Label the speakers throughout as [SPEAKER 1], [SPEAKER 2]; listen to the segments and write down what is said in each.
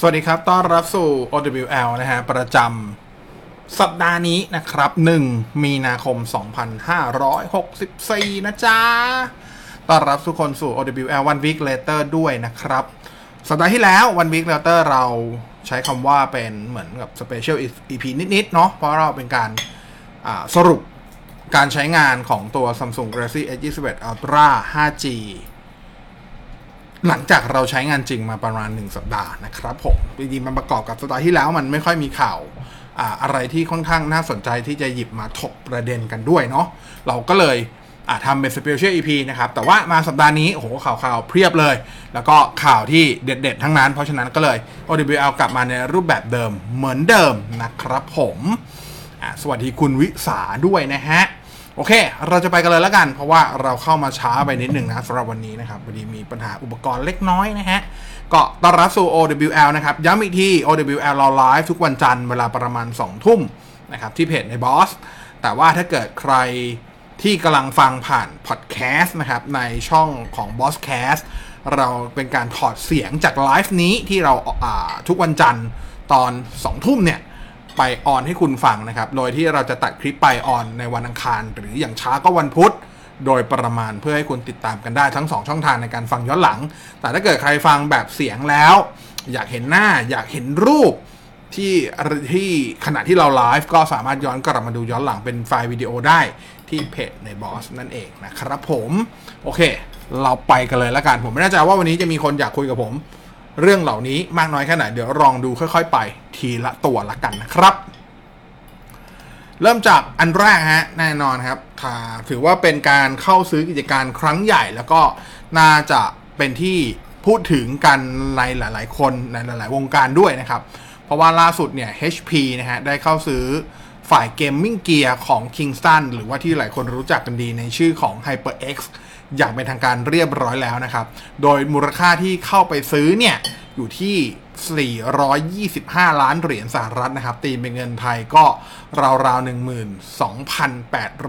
[SPEAKER 1] สวัสดีครับต้อนรับสู่ OWL นะฮะประจำสัปดาห์นี้นะครับ1มีนาคม2564นะจ๊ะต้อนรับทุกคนสู่ OWL One Week Later ด้วยนะครับสัปดาห์ที่แล้ว One Week Later เราใช้คำว่าเป็นเหมือนกับ Special EP นิดๆเนาะเพราะเราเป็นการสรุปการใช้งานของตัว Samsung Galaxy S21 Ultra 5Gหลังจากเราใช้งานจริงมาประมาณ1สัปดาห์นะครับผมจริงๆมันประกอบกับสัปดาห์ที่แล้วมันไม่ค่อยมีข่าวอะไรที่ค่อนข้างน่าสนใจที่จะหยิบมาถกประเด็นกันด้วยเนาะเราก็เลยทำเป็น Special EP นะครับแต่ว่ามาสัปดาห์นี้โอ้โหข่าวเพียบเลยแล้วก็ข่าวที่เด็ดๆทั้งนั้นเพราะฉะนั้นก็เลย OWL กลับมาในรูปแบบเดิมเหมือนเดิมนะครับผมสวัสดีคุณวิสาด้วยนะฮะโอเคเราจะไปกันเลยแล้วกันเพราะว่าเราเข้ามาช้าไปนิดหนึ่งนะสำหรับวันนี้นะครับพอดีมีปัญหาอุปกรณ์เล็กน้อยนะฮะก็ต้อนรับสู่ OWL นะครับย้ำอีกที OWL เราไลฟ์ทุกวันจันทร์เวลาประมาณ 20:00 นนะครับที่เพจในบอสแต่ว่าถ้าเกิดใครที่กำลังฟังผ่านพอดแคสต์นะครับในช่องของ Bosscast เราเป็นการถอดเสียงจากไลฟ์นี้ที่เราทุกวันจันทร์ตอน 20:00 นเนี่ยไปออนให้คุณฟังนะครับโดยที่เราจะตัดคลิปไปออนในวันอังคารหรืออย่างช้าก็วันพุธโดยประมาณเพื่อให้คุณติดตามกันได้ทั้ง2ช่องทางในการฟังย้อนหลังแต่ถ้าเกิดใครฟังแบบเสียงแล้วอยากเห็นหน้าอยากเห็นรูปที่ขณะที่เราไลฟ์ก็สามารถย้อนกลับมาดูย้อนหลังเป็นไฟล์วิดีโอได้ที่เพจในบอสนั่นเองนะครับผมโอเคเราไปกันเลยแล้วกันผมไม่แน่ใจว่าวันนี้จะมีคนอยากคุยกับผมเรื่องเหล่านี้มากน้อยแค่ไหนเดี๋ยวลองดูค่อยๆไปทีละตัวละกันนะครับเริ่มจากอันแรกฮะแน่นอนครับถือว่าเป็นการเข้าซื้อกิจการครั้งใหญ่แล้วก็น่าจะเป็นที่พูดถึงกันในหลายๆคนในหลายๆวงการด้วยนะครับเพราะว่าล่าสุดเนี่ย HP นะฮะได้เข้าซื้อฝ่ายเกมมิ่งเกียร์ของ Kingston หรือว่าที่หลายคนรู้จักกันดีในชื่อของ HyperX อย่างเป็นทางการเรียบร้อยแล้วนะครับโดยมูลค่าที่เข้าไปซื้อเนี่ยอยู่ที่425 ล้านเหรียญสหรัฐนะครับตีเป็นเงินไทยก็ราวๆ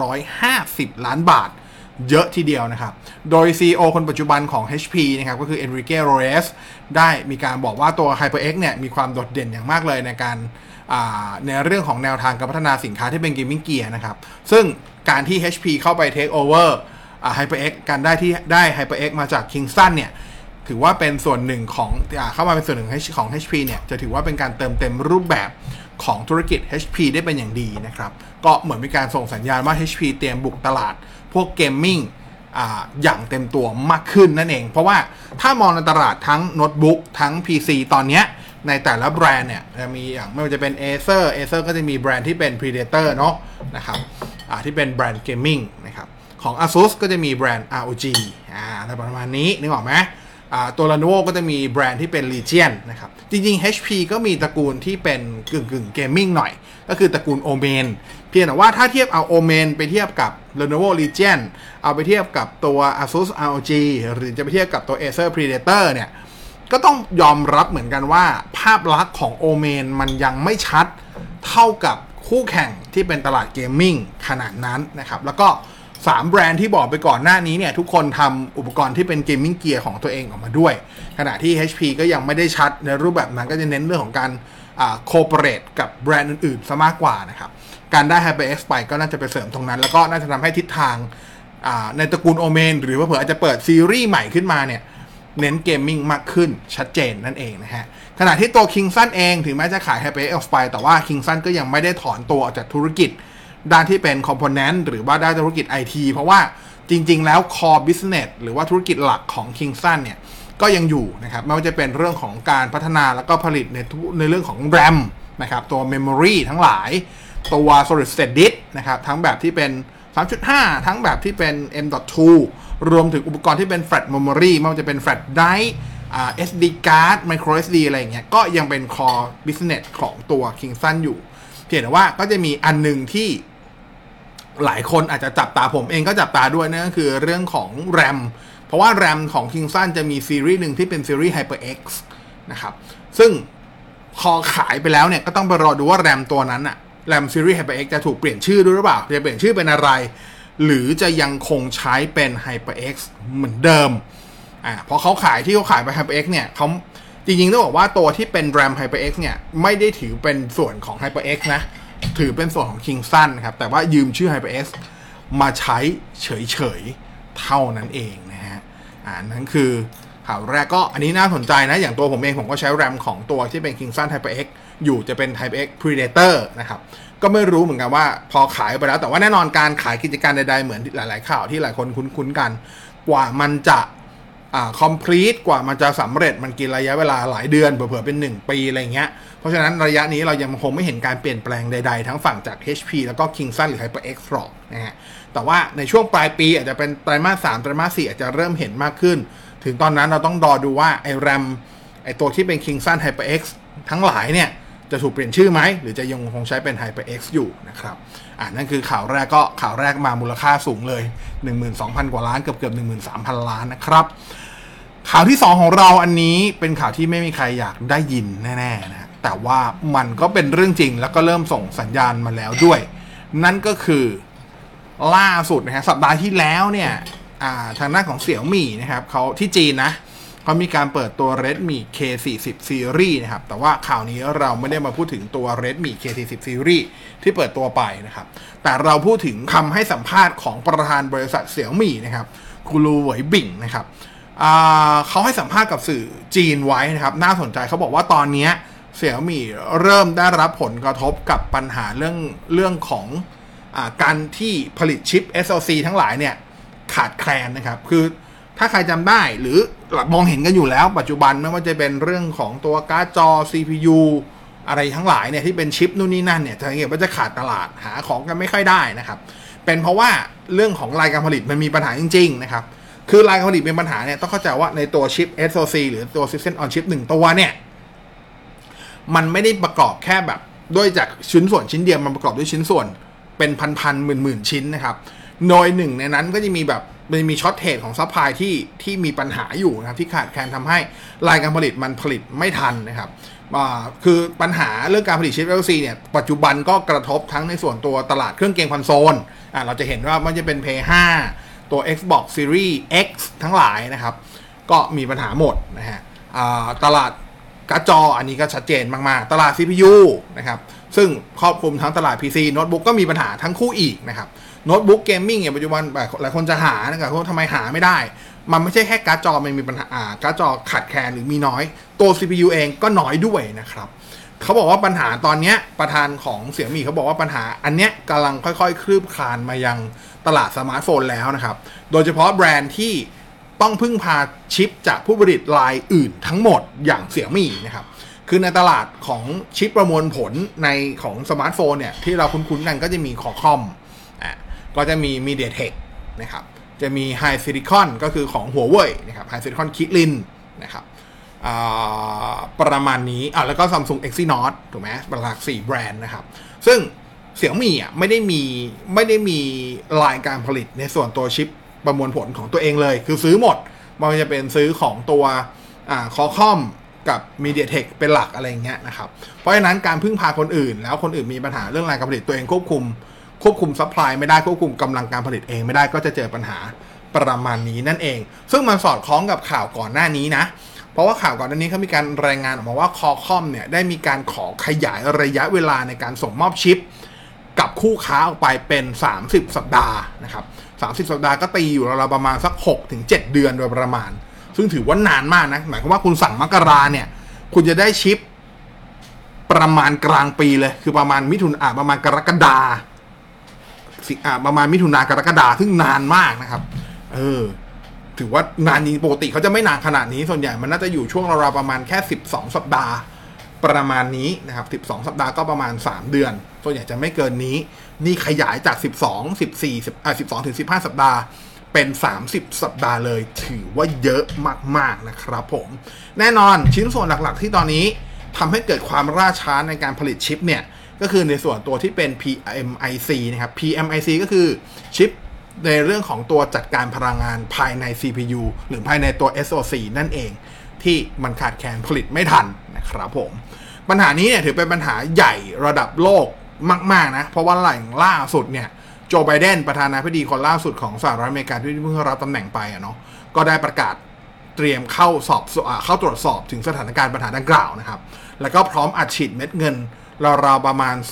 [SPEAKER 1] 12,850 ล้านบาทเยอะทีเดียวนะครับโดย CEO คนปัจจุบันของ HP นะครับก็คือ Enrique Rores ได้มีการบอกว่าตัว HyperX เนี่ยมีความโดดเด่นอย่างมากเลยในการในเรื่องของแนวทางการพัฒนาสินค้าที่เป็นเกมมิ่งเกียร์นะครับซึ่งการที่ HP เข้าไป take over HyperX การได้ HyperX มาจาก Kingston เนี่ยถือว่าเป็นส่วนหนึ่งของเข้ามาเป็นส่วนหนึ่งของ HP เนี่ยจะถือว่าเป็นการเติมเต็มรูปแบบของธุรกิจ HP ได้เป็นอย่างดีนะครับก็เหมือนเป็นการส่งสัญญาณว่า HP เตรียมบุกตลาดพวกเกมมิ่งอย่างเต็มตัวมากขึ้นนั่นเองเพราะว่าถ้ามองในตลาดทั้งโน้ตบุ๊กทั้ง PC ตอนนี้ในแต่ละแบรนด์เนี่ยจะมีอย่างไม่ว่าจะเป็น Acer ก็จะมีแบรนด์ที่เป็น Predator เนาะนะครับที่เป็นแบรนด์เกมมิ่งนะครับของ ASUS ก็จะมีแบรนด์ ROG อะไรประมาณนี้นึกออกไหมตัว Lenovo ก็จะมีแบรนด์ที่เป็น Legion นะครับจริงๆ HP ก็มีตระกูลที่เป็นกึ่งเกมมิ่งหน่อยก็คือตระกูล Omen เพียงแต่ว่าถ้าเทียบเอา Omen ไปเทียบกับ Lenovo Legion เอาไปเทียบกับตัว ASUS ROG หรือจะไปเทียบกับตัว Acer Predator เนี่ยก็ต้องยอมรับเหมือนกันว่าภาพลักษณ์ของ Omen มันยังไม่ชัดเท่ากับคู่แข่งที่เป็นตลาดเกมมิ่งขนาดนั้นนะครับแล้วก็3แบรนด์ที่บอกไปก่อนหน้านี้เนี่ยทุกคนทำอุปกรณ์ที่เป็นเกมมิ่งเกียร์ของตัวเองออกมาด้วยขณะที่ HP ก็ยังไม่ได้ชัดในรูปแบบนั้นก็จะเน้นเรื่องของการโคเปเรตกับแบรนด์อื่นๆซะมากกว่านะครับการได้ HyperX ไปก็น่าจะไปเสริมตรงนั้นแล้วก็น่าจะทำให้ทิศทางในตระกูล Omen หรือว่าเผื่ออาจจะเปิดซีรีส์ใหม่ขึ้นมาเนี่ยเน้นเกมมิ่งมากขึ้นชัดเจนนั่นเองนะฮะขณะที่ตัว Kingston เองถึงแม้จะขาย HyperX ไปแต่ว่า Kingston ก็ยังไม่ได้ถอนตัวออกจากธุรกิจด้านที่เป็น component หรือว่าด้านธุรกิจ IT เพราะว่าจริงๆแล้ว core business หรือว่าธุรกิจหลักของ Kingston เนี่ยก็ยังอยู่นะครับไม่ว่าจะเป็นเรื่องของการพัฒนาแล้วก็ผลิตในเรื่องของ RAM นะครับตัว memory ทั้งหลายตัว solid state disk นะครับทั้งแบบที่เป็น 3.5 ทั้งแบบที่เป็น M.2 รวมถึงอุปกรณ์ที่เป็น flash memory ไม่ว่าจะเป็น flash drive SD card micro SD อะไรอย่างเงี้ยก็ยังเป็น core business ของตัว Kingston อยู่เพียงแต่ว่าก็จะมีอันนึงที่หลายคนอาจจะจับตาผมเองก็จับตาด้วยนั่นก็คือเรื่องของ RAM เพราะว่า RAM ของ Kingston จะมีซีรีส์หนึ่งที่เป็นซีรีส์ HyperX นะครับซึ่งพอขายไปแล้วเนี่ยก็ต้องไปรอดูว่า RAM ตัวนั้นอะ RAM ซีรีส์ HyperX จะถูกเปลี่ยนชื่อด้วยหรือเปล่าจะเปลี่ยนชื่อเป็นอะไรหรือจะยังคงใช้เป็น HyperX เหมือนเดิมพอเขาขายไป HyperX เนี่ยเขาจริงๆต้องบอกว่าตัวที่เป็น RAM HyperX เนี่ยไม่ได้ถือเป็นส่วนของ HyperX นะถือเป็นส่วนของ Kingston ครับแต่ว่ายืมชื่อ HyperX มาใช้เฉยๆเท่านั้นเองนะฮะนั่นคือข่าวแรกก็อันนี้น่าสนใจนะอย่างตัวผมเองผมก็ใช้ RAM ของตัวที่เป็น Kingston HyperX อยู่จะเป็น HyperX Predator นะครับก็ไม่รู้เหมือนกันว่าพอขายไปแล้วแต่ว่าแน่นอนการขายกิจการใดๆเหมือนหลายๆข่าวที่หลายคนคุ้นๆกันกว่ามันจะcomplete กว่ามันจะสำเร็จมันกินระยะเวลาหลายเดือนเผื่อๆเป็น1ปีอะไรเงี้ยเพราะฉะนั้นระยะนี้เรายังคงไม่เห็นการเปลี่ยนแปลงใดๆทั้งฝั่งจาก HP แล้วก็ Kingston หรือ HyperX หรอกนะฮะแต่ว่าในช่วงปลายปีอาจจะเป็นไตรมาส 3ไตรมาส 4อาจจะเริ่มเห็นมากขึ้นถึงตอนนั้นเราต้องรอดูว่าไอ้ RAM ไอ้ตัวที่เป็น Kingston HyperX ทั้งหลายเนี่ยจะถูกเปลี่ยนชื่อไหมหรือจะยังคงใช้เป็น HyperX อยู่นะครับนั่นคือข่าวแรกมามูลค่าสูงเลย 12,000 กว่าล้านเกือบ 13,000 ล้านนะครับข่าวที่2ของเราอันนี้เป็นข่าวที่ไม่มีใครอยากได้ยินแน่ๆนะแต่ว่ามันก็เป็นเรื่องจริงแล้วก็เริ่มส่งสัญญาณมาแล้วด้วยนั่นก็คือล่าสุดนะฮะสัปดาห์ที่แล้วเนี่ยทางด้านของเสี่ยวมี่นะครับเขาที่จีนนะเขามีการเปิดตัว Redmi K40 Series นะครับแต่ว่าข่าวนี้เราไม่ได้มาพูดถึงตัว Redmi K40 Series ที่เปิดตัวไปนะครับแต่เราพูดถึงคำให้สัมภาษณ์ของประธานบริษัทเสี่ยวมี่นะครับกูรูเหวยบิ่งนะครับเขาให้สัมภาษณ์กับสื่อจีนไว้นะครับน่าสนใจเขาบอกว่าตอนนี้เสี่ยวมี่เริ่มได้รับผลกระทบกับปัญหาเรื่องของการที่ผลิตชิป SoC ทั้งหลายเนี่ยขาดแคลนนะครับคือถ้าใครจำได้หรือมองเห็นกันอยู่แล้วปัจจุบันไม่ว่าจะเป็นเรื่องของตัวการ์ดจอ CPU อะไรทั้งหลายเนี่ยที่เป็นชิปนู่นนี่นั่นเนี่ยจะเห็นว่าจะขาดตลาดหาของกันไม่ค่อยได้นะครับเป็นเพราะว่าเรื่องของรายการผลิตมันมีปัญหาจริงๆนะครับคือรายการผลิตเป็นปัญหาเนี่ยต้องเข้าใจว่าในตัวชิป SoC หรือตัว System on Chip 1 ตัวเนี่ยมันไม่ได้ประกอบแค่แบบด้วยจากชิ้นส่วนชิ้นเดียวมันประกอบด้วยชิ้นส่วนเป็นพันๆหมื่นๆชิ้นนะครับโดยหนึ่งในนั้นก็จะมีแบบมันมีช็อตเทรดของซัพพลายที่มีปัญหาอยู่นะครับที่ขาดแคลนทำให้รายการผลิตมันผลิตไม่ทันนะครับคือปัญหาเรื่องการผลิตชิป SoC เนี่ยปัจจุบันก็กระทบทั้งในส่วนตัวตลาดเครื่องเกมคอนโซลเราจะเห็นว่ามันจะเป็น PS5 ตัว Xbox Series X ทั้งหลายนะครับก็มีปัญหาหมดนะฮะตลาดการ์ดจออันนี้ก็ชัดเจนมากๆตลาด CPU นะครับซึ่งครอบคลุมทั้งตลาด PC โน้ตบุ๊กก็มีปัญหาทั้งคู่อีกนะครับโน้ตบุ๊กเกมมิ่งเนี่ยปัจจุบันหลายคนจะหานะครับว่าทำไมหาไม่ได้มันไม่ใช่แค่การ์ดจอมันมีปัญหาการ์ดจอขาดแคลนหรือมีน้อยตัว CPU เองก็น้อยด้วยนะครับเขาบอกว่าปัญหาตอนนี้ประธานของเสี่ยมี่เขาบอกว่าปัญหาอันเนี้ยกำลังค่อยๆคลืบคลานมายังตลาดสมาร์ทโฟนแล้วนะครับโดยเฉพาะแบรนด์ที่ต้องพึ่งพาชิปจากผู้ผลิตรายอื่นทั้งหมดอย่างเสี่ยมี่นะครับคือในตลาดของชิปประมวลผลในของสมาร์ทโฟนเนี่ยที่เราคุ้นๆกันก็จะมีคอคอมก็จะมี MediaTek นะครับจะมี High Silicon ก็คือของ Huawei นะครับ High Silicon Kirin นะครับประมาณนี้แล้วก็ Samsung Exynos ถูกไหมหลัก4แบรนด์นะครับซึ่งเสี่ยมี่ไม่ได้มีรายการผลิตในส่วนตัวชิปประมวลผลของตัวเองเลยคือซื้อหมดมันจะเป็นซื้อของตัวQualcomm กับ MediaTek เป็นหลักอะไรเงี้ยนะครับเพราะฉะนั้นการพึ่งพาคนอื่นแล้วคนอื่นมีปัญหาเรื่องรายการผลิตตัวเองควบคุมซัพพลายไม่ได้ควบคุมกำลังการผลิตเองไม่ได้ก็จะเจอปัญหาประมาณนี้นั่นเองซึ่งมันสอดคล้องกับข่าวก่อนหน้านี้นะเพราะว่าข่าวก่อนหน้านี้เขามีการรายงานออกมาว่า Qualcomm เนี่ยได้มีการขอขยายระยะเวลาในการส่งมอบชิปกับคู่ค้าออกไปเป็น30สัปดาห์นะครับ30สัปดาห์ก็ตีอยู่ราวๆประมาณสัก 6-7 เดือนโดยประมาณซึ่งถือว่านานมากนะหมายความว่าคุณสั่งมกราเนี่ยคุณจะได้ชิปประมาณกลางปีเลยคือประมาณประมาณกรกฎาประมาณมิถุนากรกฎาซึ่งนานมากนะครับถือว่านานจริงปกติเขาจะไม่นานขนาดนี้ส่วนใหญ่มันน่าจะอยู่ช่วงราวๆประมาณแค่12สัปดาห์ประมาณนี้นะครับ12สัปดาห์ก็ประมาณ3เดือนส่วนใหญ่จะไม่เกินนี้นี่ขยายจาก12 ถึง 15สัปดาห์เป็น30สัปดาห์เลยถือว่าเยอะมากๆนะครับผมแน่นอนชิ้นส่วนหลักๆที่ตอนนี้ทำให้เกิดความล่าช้าในการผลิตชิปเนี่ยก็คือในส่วนตัวที่เป็น PMIC นะครับ PMIC ก็คือชิปในเรื่องของตัวจัดการพลังงานภายใน CPU หรือภายในตัว SoC นั่นเองที่มันขาดแคลนผลิตไม่ทันนะครับผมปัญหานี้เนี่ยถือเป็นปัญหาใหญ่ระดับโลกมากๆนะเพราะว่าล่าสุดเนี่ยโจไบเดนประธานาธิบดีคนล่าสุดของสหรัฐอเมริกาที่เพิ่งรับตำแหน่งไปเนาะก็ได้ประกาศเตรียมเข้าตรวจสอบถึงสถานการณ์ปัญหาดังกล่าวนะครับแล้วก็พร้อมอัดฉีดเม็ดเงินราวๆประมาณ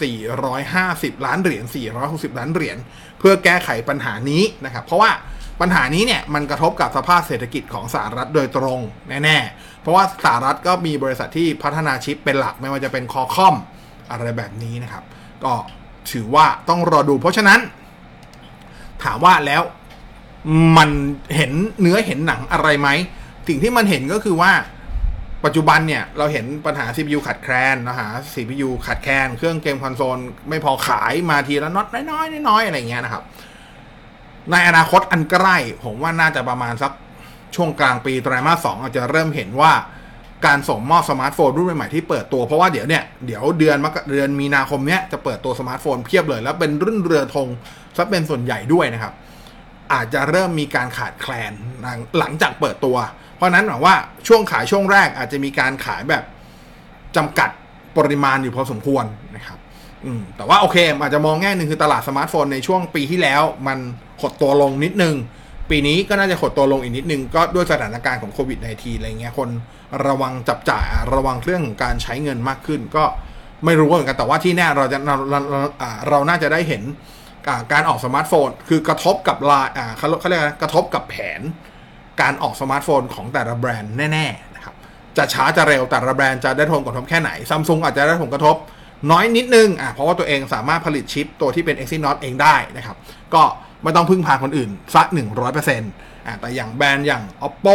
[SPEAKER 1] 450ล้านเหรียญ460ล้านเหรียญเพื่อแก้ไขปัญหานี้นะครับเพราะว่าปัญหานี้เนี่ยมันกระทบกับสภาพเศรษฐกิจของสหรัฐโดยตรงแน่ๆเพราะว่าสหรัฐก็มีบริษัทที่พัฒนาชิปเป็นหลักไม่ว่าจะเป็นคอคอมอะไรแบบนี้นะครับก็ถือว่าต้องรอดูเพราะฉะนั้นถามว่าแล้วมันเห็นเนื้อเห็นหนังอะไรไหมสิ่งที่มันเห็นก็คือว่าปัจจุบันเนี่ยเราเห็นปัญหา CPU ขาดแคลนนะฮะ CPU ขาดแคลนเครื่องเกมคอนโซลไม่พอขายมาทีละน็อตน้อยอะไรเงี้ยนะครับในอนาคตอันใกล้ผมว่าน่าจะประมาณสักช่วงกลางปีไตรมาส 2อาจจะเริ่มเห็นว่าการส่งมอบสมาร์ทโฟนรุ่นใหม่ๆที่เปิดตัวเพราะว่าเดี๋ยวเดือนมีนาคมเนี้ยจะเปิดตัวสมาร์ทโฟนเพียบเลยแล้วเป็นรุ่นเรือธงซะเป็นส่วนใหญ่ด้วยนะครับอาจจะเริ่มมีการขาดแคลนหลังจากเปิดตัวเพราะนั้นหวังว่าช่วงขายช่วงแรกอาจจะมีการขายแบบจำกัดปริมาณอยู่พอสมควรนะครับแต่ว่าโอเคอาจจะมองแง่หนึ่งคือตลาดสมาร์ทโฟนในช่วงปีที่แล้วมันหดตัวลงนิดนึงปีนี้ก็น่าจะหดตัวลงอีกนิดนึงก็ด้วยสถานการณ์ของโควิด -19 อะไรเงี้ยคนระวังจับจ่ายระวังเรื่องของการใช้เงินมากขึ้นก็ไม่รู้เหมือนกันแต่ว่าที่แน่เราน่าจะได้เห็นการออกสมาร์ทโฟนคือกระทบกับเขาเรียกกระทบกับแผนการออกสมาร์ทโฟนของแต่ละแบรนด์แน่ๆนะครับจะช้าจะเร็วแต่ละแบรนด์จะได้ผลกระทบแค่ไหน Samsung อาจจะได้ผลกระทบน้อยนิดนึงเพราะว่าตัวเองสามารถผลิตชิปตัวที่เป็น Exynos เองได้นะครับก็ไม่ต้องพึ่งพาคนอื่นสัก 100% แต่อย่างแบรนด์อย่าง Oppo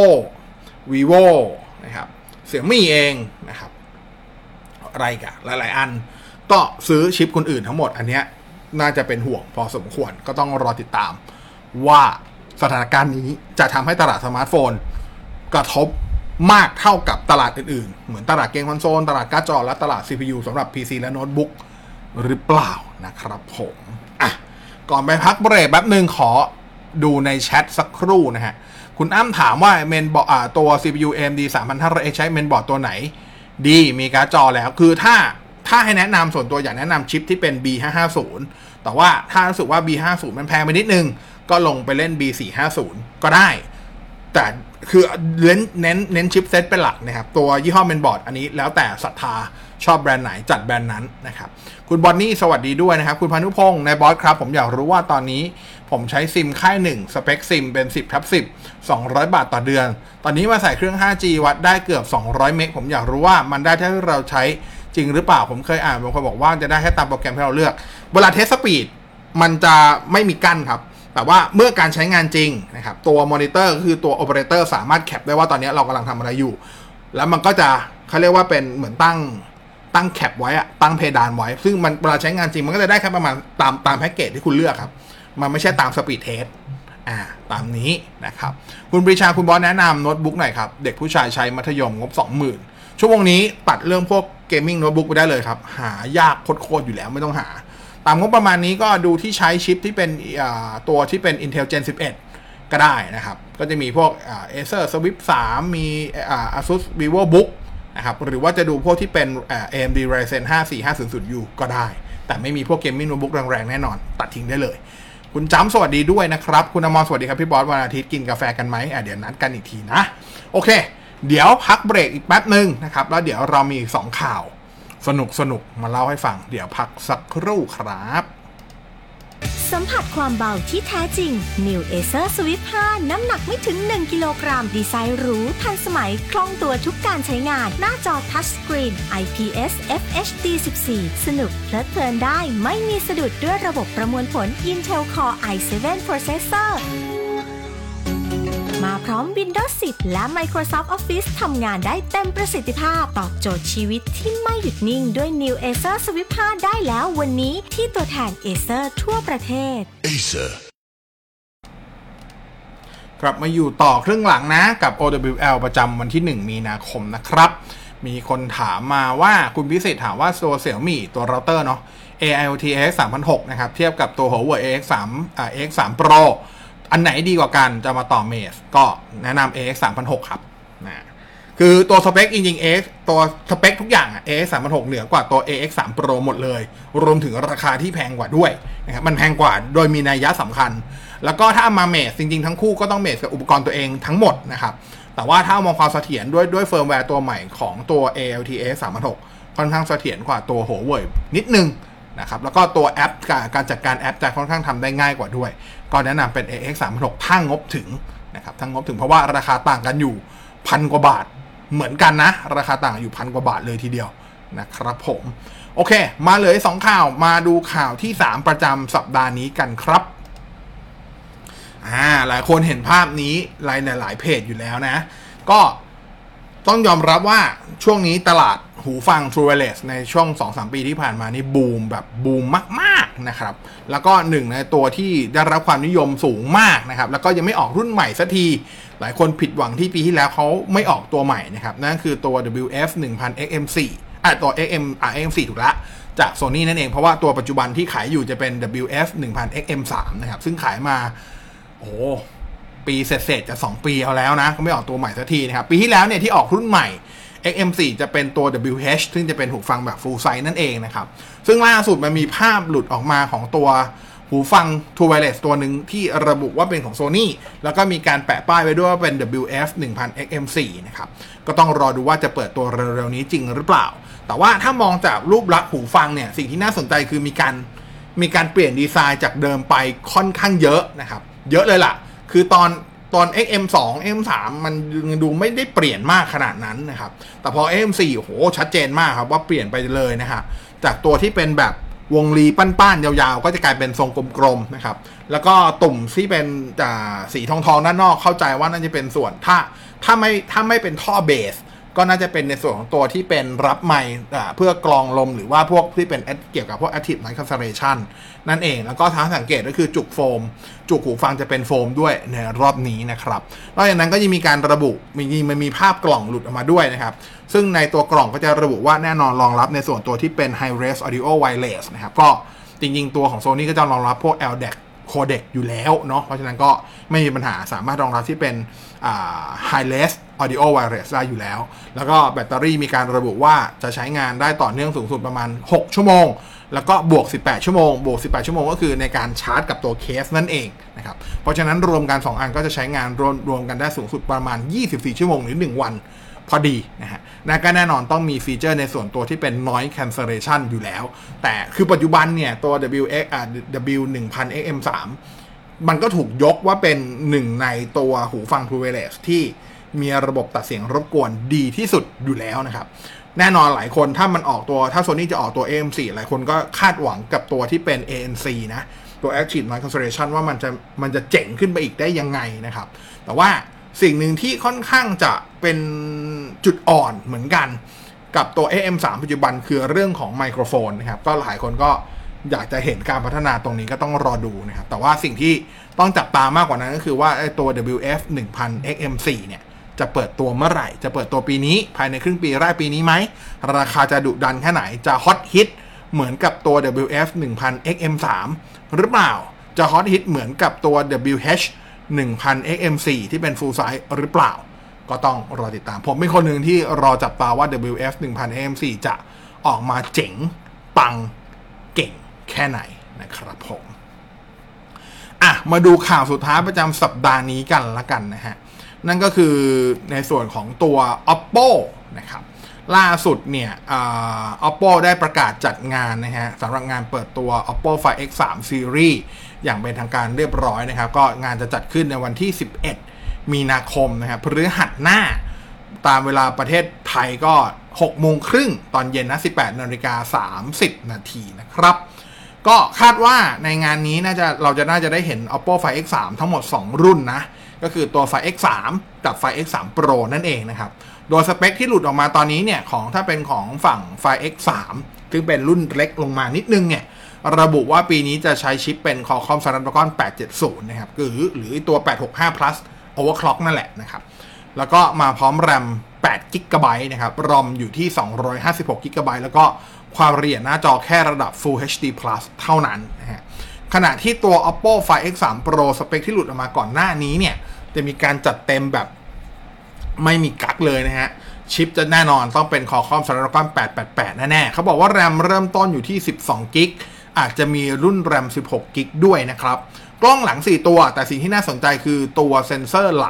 [SPEAKER 1] Vivo นะครับXiaomi เองนะครับอะไรกันหลายๆอันก็ซื้อชิปคนอื่นทั้งหมดอันเนี้ยน่าจะเป็นห่วงพอสมควรก็ต้องรอติดตามว่าสถานการณ์นี้จะทำให้ตลาดสมาร์ทโฟนกระทบมากเท่ากับตลาดอื่นๆเหมือนตลาดเกมคอนโซลตลาดการ์ดจอและตลาด CPU สำหรับ PC และโน้ตบุ๊กหรือเปล่านะครับผมก่อนไปพักเบรกแป๊บนึงขอดูในแชทสักครู่นะฮะคุณอ้ำถามว่าเมนบอร์ดตัว CPU AMD 3500X ใช้เมนบอร์ดตัวไหนดีมีการ์ดจอแล้วคือถ้าให้แนะนำส่วนตัวอยากแนะนำชิปที่เป็น B550 แต่ว่าถ้ารู้สึกว่า B50 มันแพงไปนิดนึงก็ลงไปเล่น B450 ก็ได้แต่คือเน้นชิปเซตเป็นหลักนะครับตัวยี่ห้อเมนบอร์ดอันนี้แล้วแต่ศรัทธาชอบแบรนด์ไหนจัดแบรนด์นั้นนะครับคุณบอนนี่สวัสดีด้วยนะครับคุณพานุพงศ์ในบอสครับผมอยากรู้ว่าตอนนี้ผมใช้ซิมค่าย1สเปคซิมเป็น 10/10 200 บาทต่อเดือนตอนนี้มาใส่เครื่อง 5G วัดได้เกือบ200เมกผมอยากรู้ว่ามันได้ถ้าเราใช้จริงหรือเปล่าผมเคยอ่านบางคนบอกว่าจะได้แค่ตามโปรแกรมที่เราเลือกเวลาเทสสปีดมันจะไม่มีกั้นครับแต่ว่าเมื่อการใช้งานจริงนะครับตัวมอนิเตอร์คือตัวโอเปอเรเตอร์สามารถแคปได้ว่าตอนนี้เรากำลังทำอะไรอยู่แล้วมันก็จะเขาเรียกว่าเป็นเหมือนตั้งแคปไว้ตั้งเพดานไว้ซึ่งมันเวลาใช้งานจริงมันก็จะได้แค่ประมาณตามแพ็กเกจที่คุณเลือกครับมันไม่ใช่ตามสปีดเทสตามนี้นะครับคุณปรีชาคุณบอสแนะนำโน้ตบุ๊กหน่อยครับเด็กผู้ชายใช้มัธยมงบ 20,000 ชั่วโมงนี้ตัดเรื่องพวกเกมมิ่งโน้ตบุ๊กไปได้เลยครับหายากโคตรอยู่แล้วไม่ต้องหาตามงบประมาณนี้ก็ดูที่ใช้ชิปที่เป็นตัวที่เป็น Intel Gen 11 ก็ได้นะครับก็จะมีพวกAcer Swift 3 มี Asus VivoBook นะครับหรือว่าจะดูพวกที่เป็น AMD Ryzen 5 4500U ก็ได้แต่ไม่มีพวกเกมมิ่งโน้ตบุ๊กแรงๆแน่นอนตัดทิ้งได้เลยคุณจ้ำสวัสดีด้วยนะครับคุณอมรสวัสดีครับพี่บอสวันอาทิตย์กินกาแฟกันไหมเดี๋ยวนัดกันอีกทีนะโอเคเดี๋ยวพักเบรกอีกแป๊บนึงนะครับแล้วเดี๋ยวเรามีอีก2ข่าวสนุกมาเล่าให้ฟังเดี๋ยวพักสักครู่ครับ
[SPEAKER 2] สัมผัสความเบาที่แท้จริง New Acer Swift 5 น้ำหนักไม่ถึง1กิโลกรัมดีไซน์หรูทันสมัยคล่องตัวทุกการใช้งานหน้าจอทัชสกรีน IPS FHD 14 สนุกเพลิดเพลินได้ไม่มีสะดุดด้วยระบบประมวลผล Intel Core i7 Processor มาพร้อม Windows 10 และ Microsoft Office ทำงานได้เต็มประสิทธิภาพตอบโจทย์ชีวิตที่ไม่หยุดนิ่งด้วย New Acer Swift 5 ได้แล้ววันนี้ที่ตัวแทน Acer ทั่วประเทศ Acer
[SPEAKER 1] กลับมาอยู่ต่อครึ่งหลังนะกับ OWL ประจำวันที่1มีนาคมนะครับมีคนถามมาว่าคุณพิเศษถามว่าตัว Xiaomi ตัวเราเตอร์เนาะ AIoT AX 3006นะครับเทียบกับตัว Huawei AX3 Proอันไหนดีกว่ากันจะมาต่อเมสก็แนะนำ AX 3006ครับนะคือตัวสเปคจริงๆ AX ตัวสเปคทุกอย่างAX 3006เหนือกว่าตัว AX 3 Pro หมดเลยรวมถึงราคาที่แพงกว่าด้วยนะครับมันแพงกว่าโดยมีนัยยะสำคัญแล้วก็ถ้ามาเมสจริงๆทั้งคู่ก็ต้องเมสกับอุปกรณ์ตัวเองทั้งหมดนะครับแต่ว่าถ้ามองความเสถียรด้วยเฟิร์มแวร์ตัวใหม่ของตัว ALTS 3.6 ค่อนข้างเสถียรกว่าตัว Huawei นิดนึงนะครับแล้วก็ตัวแอปการจัดการแอปจะค่อนข้างทำได้ง่ายกว่าด้วยก็แนะนำเป็น AX 3.6 ถ้างบถึงนะครับถ้างบถึงเพราะว่าราคาต่างกันอยู่1,000 กว่าบาทเหมือนกันนะราคาต่างอยู่1,000 กว่าบาทเลยทีเดียวนะครับผมโอเคมาเลย2ข่าวมาดูข่าวที่3ประจำสัปดาห์นี้กันครับหลายคนเห็นภาพนี้หลายเพจอยู่แล้วนะก็ต้องยอมรับว่าช่วงนี้ตลาดหูฟัง True Wireless ในช่วง 2-3 ปีที่ผ่านมานี่บูมแบบบูมมากๆนะครับแล้วก็หนึ่งในตัวที่ได้รับความนิยมสูงมากนะครับแล้วก็ยังไม่ออกรุ่นใหม่สักทีหลายคนผิดหวังที่ปีที่แล้วเขาไม่ออกตัวใหม่นะครับนั่นคือตัว WF-1000XM4 ตัว XM4 ถูกละจาก Sony นั่นเองเพราะว่าตัวปัจจุบันที่ขายอยู่จะเป็น WF-1000XM3 นะครับซึ่งขายมาปีเศษจะ2 ปีเอาแล้วนะก็ไม่ออกตัวใหม่สักทีนะครับปีที่แล้วเนี่ยที่ออกรุ่นใหม่ XM4 จะเป็นตัว WH ซึ่งจะเป็นหูฟังแบบ full size นั่นเองนะครับซึ่งล่าสุดมันมีภาพหลุดออกมาของตัวหูฟัง True Wireless ตัวหนึ่งที่ระบุว่าเป็นของ Sony แล้วก็มีการแปะป้ายไว้ด้วยว่าเป็น WF-1000XM4 นะครับก็ต้องรอดูว่าจะเปิดตัวเร็วๆนี้จริงหรือเปล่าแต่ว่าถ้ามองจากรูปลักษณ์หูฟังเนี่ยสิ่งที่น่าสนใจคือมีการเปลี่ยนดีไซน์จากเดิมไปค่อนข้างเยอะนะครับเยอะเลยล่ะคือตอน XM2 XM3 มันดูไม่ได้เปลี่ยนมากขนาดนั้นนะครับแต่พอ XM4 ชัดเจนมากครับว่าเปลี่ยนไปเลยนะครับจากตัวที่เป็นแบบวงรีป้านๆยาวๆก็จะกลายเป็นทรงกลมๆนะครับแล้วก็ตุ่มที่เป็นสีทองๆด้านนอกเข้าใจว่าน่าจะเป็นส่วนถ้าไม่เป็นท่อเบสก็น่าจะเป็นในส่วนของตัวที่เป็นรับไมค์เพื่อกรองลมหรือว่าพวกที่เป็นเกี่ยวกับพวก Active Noise Cancellation นั่นเองแล้วก็ถ้าสังเกตก็คือจุกหูฟังจะเป็นโฟมด้วยในรอบนี้นะครับนอกจากนั้นก็ยังมีการระบุมันมีภาพกล่องหลุดออกมาด้วยนะครับซึ่งในตัวกล่องก็จะระบุว่าแน่นอนรองรับในส่วนตัวที่เป็น High Res Audio Wireless นะครับก็จริงๆตัวของ Sony ก็จะรองรับพวก LDAC Codec อยู่แล้วเนาะเพราะฉะนั้นก็ไม่มีปัญหาสามารถรองรับที่เป็นHigh Res Audio Wireless ได้อยู่แล้วแล้วก็แบตเตอรี่มีการระบุว่าจะใช้งานได้ต่อเนื่องสูงสุดประมาณ6 ชั่วโมงแล้วก็บวก18 ชั่วโมงบวก18 ชั่วโมงก็คือในการชาร์จกับตัวเคสนั่นเองนะครับเพราะฉะนั้นรวมกัน2อันก็จะใช้งานรวมกันได้สูงสุดประมาณ24 ชั่วโมงหรือ1 วันพอดีนะฮะและก็แน่นอนต้องมีฟีเจอร์ในส่วนตัวที่เป็น noise cancellation อยู่แล้วแต่คือปัจจุบันเนี่ยตัว W1000XM3 มันก็ถูกยกว่าเป็นหนึ่งในตัวหูฟัง True Wireless ที่มีระบบตัดเสียงรบกวนดีที่สุดอยู่แล้วนะครับแน่นอนหลายคนถ้าSony จะออกตัว AM4 หลายคนก็คาดหวังกับตัวที่เป็น ANC นะตัว Active Noise Cancellation ว่ามันจะเจ๋งขึ้นไปอีกได้ยังไงนะครับแต่ว่าสิ่งหนึ่งที่ค่อนข้างจะเป็นจุดอ่อนเหมือนกันกับตัว AM3 ปัจจุบันคือเรื่องของไมโครโฟนนะครับก็หลายคนก็อยากจะเห็นการพัฒนาตรงนี้ก็ต้องรอดูนะครับแต่ว่าสิ่งที่ต้องจับตามากกว่านั้นก็คือว่าตัว WF-1000XM4 เนี่ยจะเปิดตัวเมื่อไหร่จะเปิดตัวปีนี้ภายในครึ่งปีแรกปีนี้ไหมราคาจะดุดันแค่ไหนจะฮอตฮิตเหมือนกับตัว WF-1000XM3 หรือเปล่าจะฮอตฮิตเหมือนกับตัว WH-1000XM4 ที่เป็น full size หรือเปล่าก็ต้องรอติดตามผมเป็นคนหนึ่งที่รอจับตาว่า WF-1000XM4 จะออกมาเจ๋งปังเก่งแค่ไหนนะครับผมมาดูข่าวสุดท้ายประจำสัปดาห์นี้กันละกันนะฮะนั่นก็คือในส่วนของตัว Oppo นะครับล่าสุดเนี่ยOppo ได้ประกาศจัดงานนะฮะสำหรับงานเปิดตัว Oppo Find X3 Series อย่างเป็นทางการเรียบร้อยนะครับก็งานจะจัดขึ้นในวันที่11 มีนาคมนะครับพฤหัสหน้าตามเวลาประเทศไทยก็ 18:30 ตอนเย็นนะ 18:30 นาทีนะครับก็คาดว่าในงานนี้น่าจะได้เห็น Oppo Find X3 ทั้งหมด2รุ่นนะก็คือตัว Find X3 กับ Find X3 Pro นั่นเองนะครับโดยสเปคที่หลุดออกมาตอนนี้เนี่ยถ้าเป็นของฝั่ง Find X3 ซึ่งเป็นรุ่นเล็กลงมานิดนึงเนี่ยระบุว่าปีนี้จะใช้ชิปเป็น Qualcomm Snapdragon 870 นะครับหรือตัว 865 plus overclock นั่นแหละนะครับแล้วก็มาพร้อม RAM 8 GB นะครับ ROM อยู่ที่256 GB แล้วก็ความละเอียดหน้าจอแค่ระดับ Full HD Plus เท่านั้นนะฮะขณะที่ตัว Oppo Find X3 Pro สเปคที่หลุดออกมาก่อนหน้านี้เนี่ยจะมีการจัดเต็มแบบไม่มีกั๊กเลยนะฮะชิปจะแน่นอนต้องเป็น Qualcomm Snapdragon 888 แน่ๆเขาบอกว่า RAM เริ่มต้นอยู่ที่12 GB อาจจะมีรุ่น RAM 16 GB ด้วยนะครับกล้องหลัง4ตัวแต่สิ่งที่น่าสนใจคือตัวเซ็นเซอร์หลัก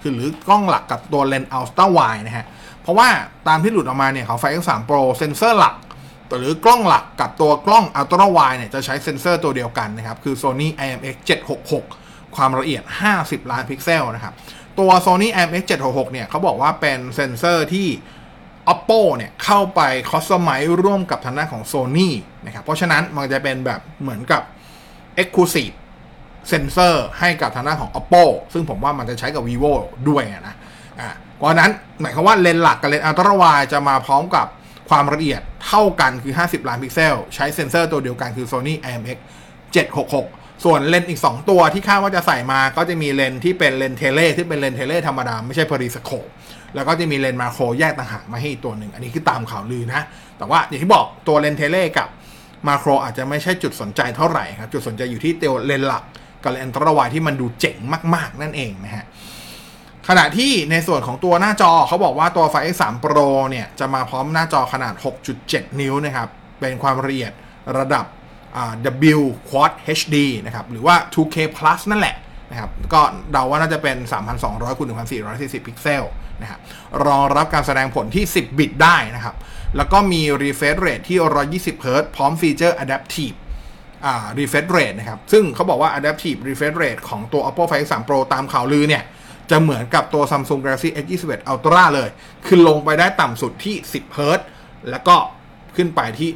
[SPEAKER 1] คือหรือกล้องหลักกับตัวเลนส์อัลตร้าไวด์นะฮะเพราะว่าตามที่หลุดออกมาเนี่ยของ Find X3 Pro เซนเซอร์หลักหรือกล้องหลักกับตัวกล้องอัลตร้าไวด์เนี่ยจะใช้เซนเซอร์ตัวเดียวกันนะครับคือ Sony IMX 766ความละเอียด50ล้านพิกเซลนะครับตัว Sony IMX 766เนี่ยเขาบอกว่าเป็นเซนเซอร์ที่ Oppo เนี่ยเข้าไปคอสตอมไมซ์ร่วมกับทางด้านของ Sony นะครับเพราะฉะนั้นมันจะเป็นแบบเหมือนกับ Exclusive เซนเซอร์ให้กับทางด้านของ Oppo ซึ่งผมว่ามันจะใช้กับ Vivo ด้วยนะเพราะนั้นหมายความว่าเลนส์หลักกับเลนส์อัลตร้าไวด์จะมาพร้อมกับความละเอียดเท่ากันคือ50ล้านพิกเซลใช้เซนเซอร์ตัวเดียวกันคือ Sony IMX 766ส่วนเลนส์อีก2ตัวที่คาดว่าจะใส่มาก็จะมีเลนส์ที่เป็นเลนส์เทเลที่เป็นเลนส์เทเลธรรมดาไม่ใช่ periscope แล้วก็จะมีเลนส์มาโครแยกต่างหากมาให้อีกตัวหนึ่งอันนี้คือตามข่าวลือนะแต่ว่าอย่างที่บอกตัวเลนส์เทเลกับมาโครอาจจะไม่ใช่จุดสนใจเท่าไหร่ครับจุดสนใจอยู่ที่ตัวเลนส์หลักกับเลนส์อัลตร้าไวด์ที่มันดูเจ๋งมากๆนั่นเองนะฮะขณะที่ในส่วนของตัวหน้าจอเขาบอกว่าตัว Find X3 Pro เนี่ยจะมาพร้อมหน้าจอขนาด 6.7 นิ้วนะครับเป็นความละเอียดระดับW Quad HD นะครับหรือว่า 2K Plus นั่นแหละนะครับก็เดาว่าน่าจะเป็น 3,200 คูณ 1,440 พิกเซลนะครับรองรับการแสดงผลที่ 10 บิตได้นะครับแล้วก็มี refresh rate ที่ 120 Hz พร้อมฟีเจอร์ adaptive refresh rate นะครับซึ่งเขาบอกว่า adaptive refresh rate ของตัว Oppo Find X3 Pro ตามข่าวลือเนี่ยจะเหมือนกับตัว Samsung Galaxy S21 Ultra เลยคือลงไปได้ต่ำสุดที่ 10 Hz แล้วก็ขึ้นไปที่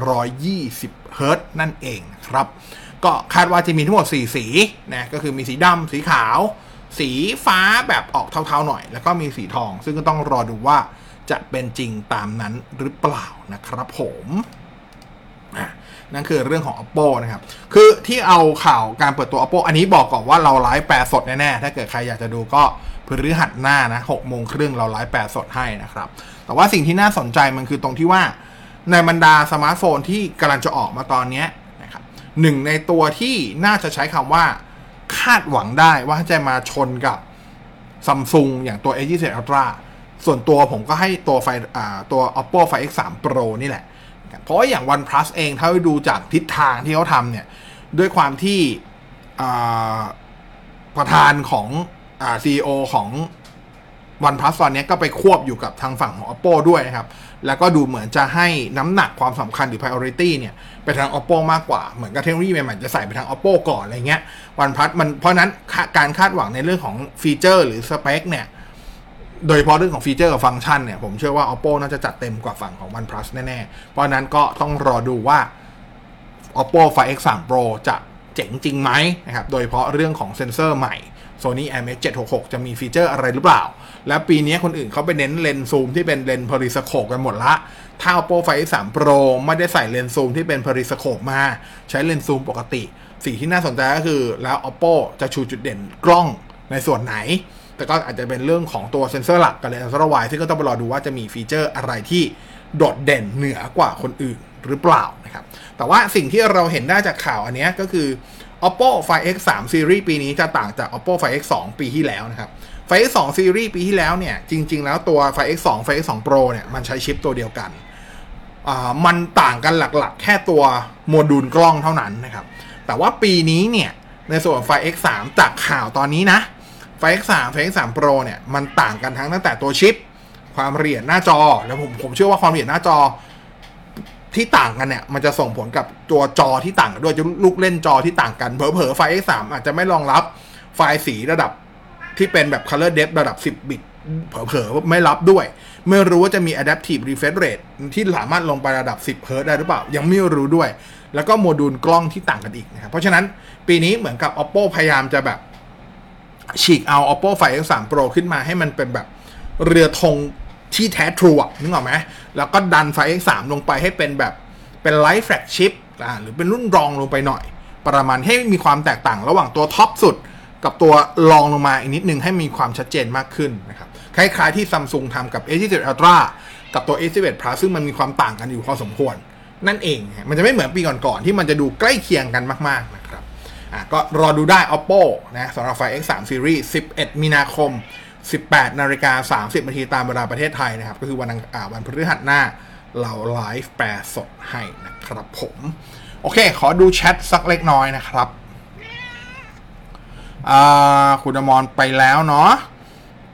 [SPEAKER 1] 120 Hz นั่นเองครับก็คาดว่าจะมีทั้งหมด4สีนะก็คือมีสีดำสีขาวสีฟ้าแบบออกเทาๆหน่อยแล้วก็มีสีทองซึ่งก็ต้องรอดูว่าจะเป็นจริงตามนั้นหรือเปล่านะครับผมนั่นคือเรื่องของ Oppo นะครับคือที่เอาข่าวการเปิดตัว Oppo อันนี้บอกก่อนว่าเราไลฟ์แปลสดแน่ๆถ้าเกิดใครอยากจะดูก็พฤหัสหน้านะ18:30เราไลฟ์แปลสดให้นะครับแต่ว่าสิ่งที่น่าสนใจมันคือตรงที่ว่าในบรรดาสมาร์ทโฟนที่กำลังจะออกมาตอนนี้นะครับหนึ่งในตัวที่น่าจะใช้คำว่าคาดหวังได้ว่าจะมาชนกับ Samsung อย่างตัว S21 Ultra ส่วนตัวผมก็ให้ตัว Oppo Find X3 Pro นี่แหละเพราะว่าอย่าง OnePlus เองถ้าไปดูจากทิศทางที่เขาทำเนี่ยด้วยความที่ประธานของCEO ของ OnePlus ตอนนี้ก็ไปควบอยู่กับทางฝั่งของ Oppo ด้วยนะครับแล้วก็ดูเหมือนจะให้น้ำหนักความสำคัญหรือ priority เนี่ยไปทาง Oppo มากกว่าเหมือนกับเทคโนโลยีใหม่ๆจะใส่ไปทาง Oppo ก่อนอะไรเงี้ย OnePlus มันเพราะนั้นการคาดหวังในเรื่องของฟีเจอร์หรือสเปคเนี่ยโดยเฉพาะเรื่องของฟีเจอร์กับฟังก์ชันเนี่ยผมเชื่อว่า Oppo น่าจะจัดเต็มกว่าฝั่งของ OnePlus แน่ๆเพราะนั้นก็ต้องรอดูว่า Oppo Find X3 Pro จะเจ๋งจริงไหมนะครับโดยเฉพาะเรื่องของเซ็นเซอร์ใหม่ Sony IMX 766จะมีฟีเจอร์อะไรหรือเปล่าและปีนี้คนอื่นเขาไปเน้นเลนส์ซูมที่เป็นเลนส์ periscope กันหมดละถ้า Oppo Find X3 Pro ไม่ได้ใส่เลนส์ซูมที่เป็น periscope มาใช้เลนส์ซูมปกติสิ่งที่น่าสนใจก็คือแล้ว Oppo จะชูจุดเด่นกล้องในส่วนไหนแต่ก็อาจจะเป็นเรื่องของตัวเซ็นเซอร์หลักกับเลนส์อัลตร้าไวด์ซึ่งก็ต้องไปรอดูว่าจะมีฟีเจอร์อะไรที่โดดเด่นเหนือกว่าคนอื่นหรือเปล่านะครับแต่ว่าสิ่งที่เราเห็นได้จากข่าวอันนี้ก็คือ Oppo Find X3 Series ปีนี้จะต่างจาก Oppo Find X2 ปีที่แล้วนะครับ Find X2 Series ปีที่แล้วเนี่ยจริงๆแล้วตัว Find X2 Find X2 Pro เนี่ยมันใช้ชิปตัวเดียวกันมันต่างกันหลักๆแค่ตัวโมดูลกล้องเท่านั้นนะครับแต่ว่าปีนี้เนี่ยในส่วน Find X3 จากข่าวตอนนี้นะFind X3 Pro เนี่ยมันต่างกันตั้งแต่ตัวชิปความละเอียดหน้าจอแล้วผมเชื่อว่าความละเอียดหน้าจอที่ต่างกันเนี่ยมันจะส่งผลกับตัวจอที่ต่างกันด้วยลูกเล่นจอที่ต่างกันเผลอๆ Find X3 อาจจะไม่รองรับไฟล์สีระดับที่เป็นแบบ Color Depth ระดับ10 บิตเผลอๆไม่รับด้วยไม่รู้ว่าจะมี Adaptive Refresh Rate ที่สามารถลงไประดับ10 Hz ได้หรือเปล่ายังไม่รู้ด้วยแล้วก็โมดูลกล้องที่ต่างกันอีกนะครับเพราะฉะนั้นปีนี้เหมือนกับ Oppo พยายามจะแบบฉีกเอา Oppo Find X3 Pro ขึ้นมาให้มันเป็นแบบเรือธงที่แท้ทรูนึกออกไหมแล้วก็ดัน Find X3 ลงไปให้เป็นแบบเป็นไลท์แฟลกชิปหรือเป็นรุ่นรองลงไปหน่อยประมาณให้มีความแตกต่างระหว่างตัวท็อปสุดกับตัวรองลงมาอีกนิดนึงให้มีความชัดเจนมากขึ้นนะครับคล้ายๆที่ Samsung ทำกับ S21 Ultra กับตัว S21 Plus ซึ่งมันมีความต่างกันอยู่พอสมควรนั่นเองมันจะไม่เหมือนปีก่อนๆที่มันจะดูใกล้เคียงกันมากๆนะครับก็รอดูได้ Oppo นะสำหรับ Find X3 Series 11 มีนาคม 18:30 น.ตามเวลาประเทศไทยนะครับก็คือวันพฤหัสหน้าเราไลฟ์แปลสดให้นะครับผมโอเคขอดูแชทสักเล็กน้อยนะครับคุณอมรไปแล้วเนาะ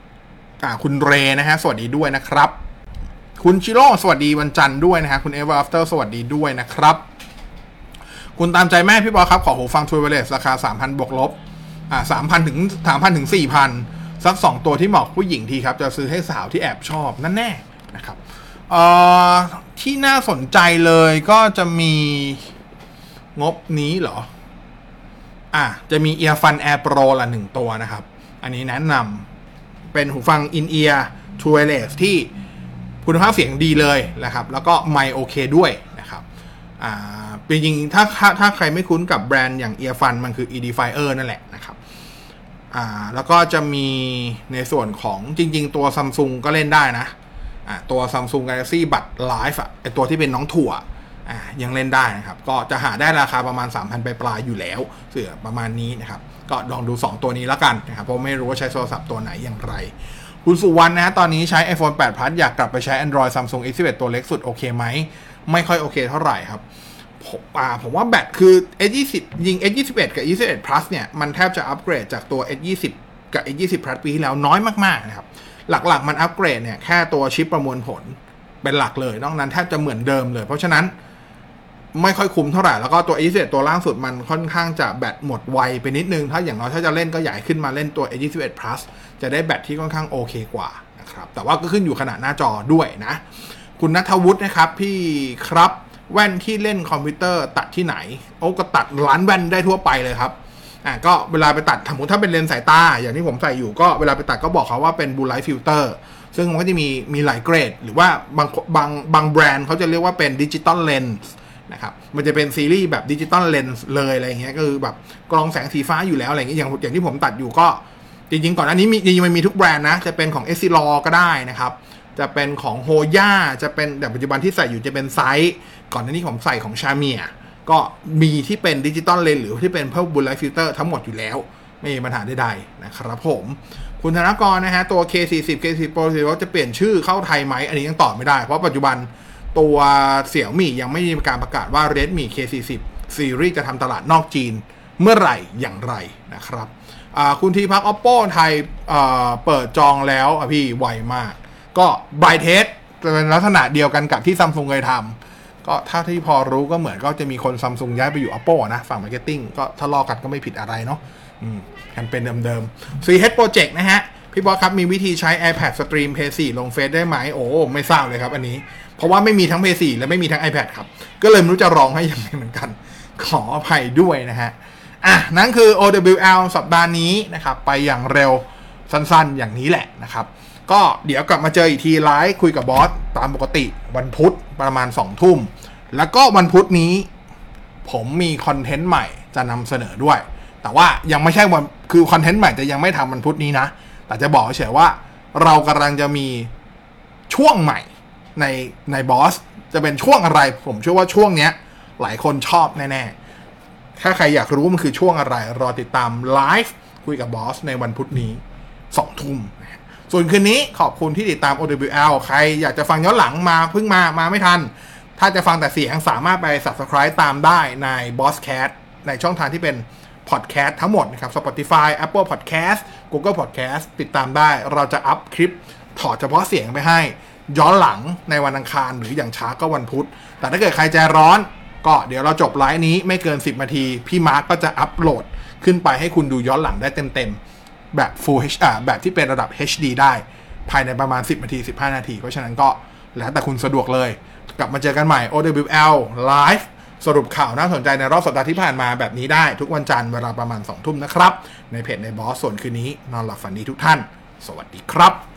[SPEAKER 1] คุณเรนะฮะสวัสดีด้วยนะครับคุณชิโร่สวัสดีวันจันทร์ด้วยนะฮะคุณ Ever After สวัสดีด้วยนะครับคุณตามใจแม่พี่บอลครับขอหูฟัง True Wireless ราคา 3,000 บวกลบ3,000 ถึง 3,000 ถึง 4,000 สัก2ตัวที่เหมาะผู้หญิงทีครับจะซื้อให้สาวที่แอบชอบนั่นแน่นะครับที่น่าสนใจเลยก็จะมีงบนี้เหรอจะมี Earfun Air Pro ละ1ตัวนะครับอันนี้แนะนำเป็นหูฟัง In-ear True Wireless ที่คุณภาพเสียงดีเลยนะครับแล้วก็ไมค์โอเคด้วยนะครับจริงๆถ้าใครไม่คุ้นกับแบรนด์อย่าง Earfun มันคือ Edifier นั่นแหละนะครับแล้วก็จะมีในส่วนของจริงๆตัว Samsung ก็เล่นได้นะตัว Samsung Galaxy Buds Live ไอตัวที่เป็นน้องถั่วยังเล่นได้นะครับก็จะหาได้ราคาประมาณ 3,000 ปลายๆอยู่แล้วเสื่อประมาณนี้นะครับก็ลองดู2ตัวนี้แล้วกันนะครับเพราะไม่รู้ว่าใช้โทรศัพท์ตัวไหนอย่างไรคุณสุวรรณนะตอนนี้ใช้ iPhone 8 Plus อยากกลับไปใช้ Android Samsung S21 ตัวเล็กสุดโอเคไหมไม่ค่อยโอเคเท่าไหร่ครับผมว่าแบตคือ S20 ยิง S21 กับ S21 Plus เนี่ยมันแทบจะอัปเกรดจากตัว S20 กับ S20 Plus ปีที่แล้วน้อยมากๆนะครับหลักๆมันอัปเกรดเนี่ยแค่ตัวชิปประมวลผลเป็นหลักเลยนอกนั้นแทบจะเหมือนเดิมเลยเพราะฉะนั้นไม่ค่อยคุ้มเท่าไหร่แล้วก็ตัว S21 ตัวล่างสุดมันค่อนข้างจะแบตหมดไวไปนิดนึงถ้าอย่างน้อยถ้าจะเล่นก็ใหญ่ขึ้นมาเล่นตัว S21 Plus จะได้แบตที่ค่อนข้างโอเคกว่านะครับแต่ว่าก็ขึ้นอยู่ขนาดหน้าจอด้วยนะคุณณัฐวุฒินะครับพี่ครับแว่นที่เล่นคอมพิวเตอร์ตัดที่ไหนก็ตัดร้านแว่นได้ทั่วไปเลยครับก็เวลาไปตัดสมมติถ้าเป็นเลนส์สายตาอย่างที่ผมใส่อยู่ก็เวลาไปตัดก็บอกเขาว่าเป็น Blue Light Filter ซึ่งมันก็จะมีหลายเกรดหรือว่าบางแบรนด์เขาจะเรียกว่าเป็น Digital Lens นะครับมันจะเป็นซีรีส์แบบ Digital Lens เลยอะไรอย่างเงี้ยก็คือแบบกรองแสงสีฟ้าอยู่แล้วอะไรอย่างเงี้ยอย่างที่ผมตัดอยู่ก็จริงๆก่อนอันนี้จริงๆมันมีทุกแบรนด์นะจะเป็นของ Essilor ก็ได้นะครับจะเป็นของ Hoya จะเป็นแต่ปัจจุบันที่ใส่อยู่จะเป็นไซส์ก่อนหน้านี้ผมใส่ของ Xiaomi ก็มีที่เป็นดิจิตอลเลนส์หรือที่เป็นพวก Blue Light Filter ทั้งหมดอยู่แล้วไม่มีปัญหาใดๆนะครับผมคุณธนกรนะฮะตัว K40 K40 Pro จะเปลี่ยนชื่อเข้าไทยไหมอันนี้ยังตอบไม่ได้เพราะปัจจุบันตัวเสี่ยวมี่ยังไม่มีการประกาศว่า Redmi K40 Series จะทำตลาดนอกจีนเมื่อไหร่อย่างไรนะครับคุณทีพัก Oppo ไทยเปิดจองแล้วพี่ไวมากก็ไบรท์เทสจะเป็นลักษณะเดียวกันกับที่ Samsung เคยทำก็ถ้าที่พอรู้ก็เหมือนก็จะมีคน Samsung ย้ายไปอยู่ Oppo นะฝั่ง Marketing ก็ถ้าลอกกันก็ไม่ผิดอะไรเนาะแคมเปญเดิมๆ CH Project นะฮะพี่บอสครับมีวิธีใช้ iPad Stream Play 4 ลงเฟซได้ไหมโอ้ไม่ทราบเลยครับอันนี้เพราะว่าไม่มีทั้ง Play 4 และไม่มีทั้ง iPad ครับก็เลยไม่รู้จะร้องให้ยังไงเหมือนกันขออภัยด้วยนะฮะนั่นคือ OWL สัปดาห์นี้นะครับไปอย่างเร็วสั้นๆอย่างนี้แหละนะครับก็เดี๋ยวกลับมาเจออีกทีไลฟ์คุยกับบอสตามปกติวันพุธประมาณ 20:00 นแล้วก็วันพุธนี้ผมมีคอนเทนต์ใหม่จะนำเสนอด้วยแต่ว่ายังไม่ใช่วันคือคอนเทนต์ใหม่จะยังไม่ทำวันพุธนี้นะแต่จะบอกเฉยว่าเรากำลังจะมีช่วงใหม่ในบอสจะเป็นช่วงอะไรผมเชื่อว่าช่วงเนี้ยหลายคนชอบแน่ๆถ้าใครอยากรู้มันคือช่วงอะไรรอติดตามไลฟ์คุยกับบอสในวันพุธนี้ 20:00 นส่วนคืนนี้ขอบคุณที่ติดตาม OWL ใครอยากจะฟังย้อนหลังมาเพิ่งมาไม่ทันถ้าจะฟังแต่เสียงสามารถไป Subscribe ตามได้ใน Bosscat ในช่องทางที่เป็นPodcast ทั้งหมดนะครับ Spotify Apple Podcast Google Podcast ติดตามได้เราจะอัพคลิปถอดเฉพาะเสียงไปให้ย้อนหลังในวันอังคารหรืออย่างช้าก็วันพุธแต่ถ้าเกิดใครใจร้อนก็เดี๋ยวเราจบไลฟ์นี้ไม่เกิน10 นาทีพี่มาร์คก็จะอัพโหลดขึ้นไปให้คุณดูย้อนหลังได้เต็มๆแบบ Full HD แบบที่เป็นระดับ HD ได้ภายในประมาณ10 นาที15 นาทีเพราะฉะนั้นก็แล้วแต่คุณสะดวกเลยกลับมาเจอกันใหม่ OWL Liveสรุปข่าวน่าสนใจในรอบสัปดาห์ที่ผ่านมาแบบนี้ได้ทุกวันจันทร์เวลาประมาณ 20:00 นนะครับในเพจในบอสส่วนคืนนี้นอนหลับฝันดีทุกท่านสวัสดีครับ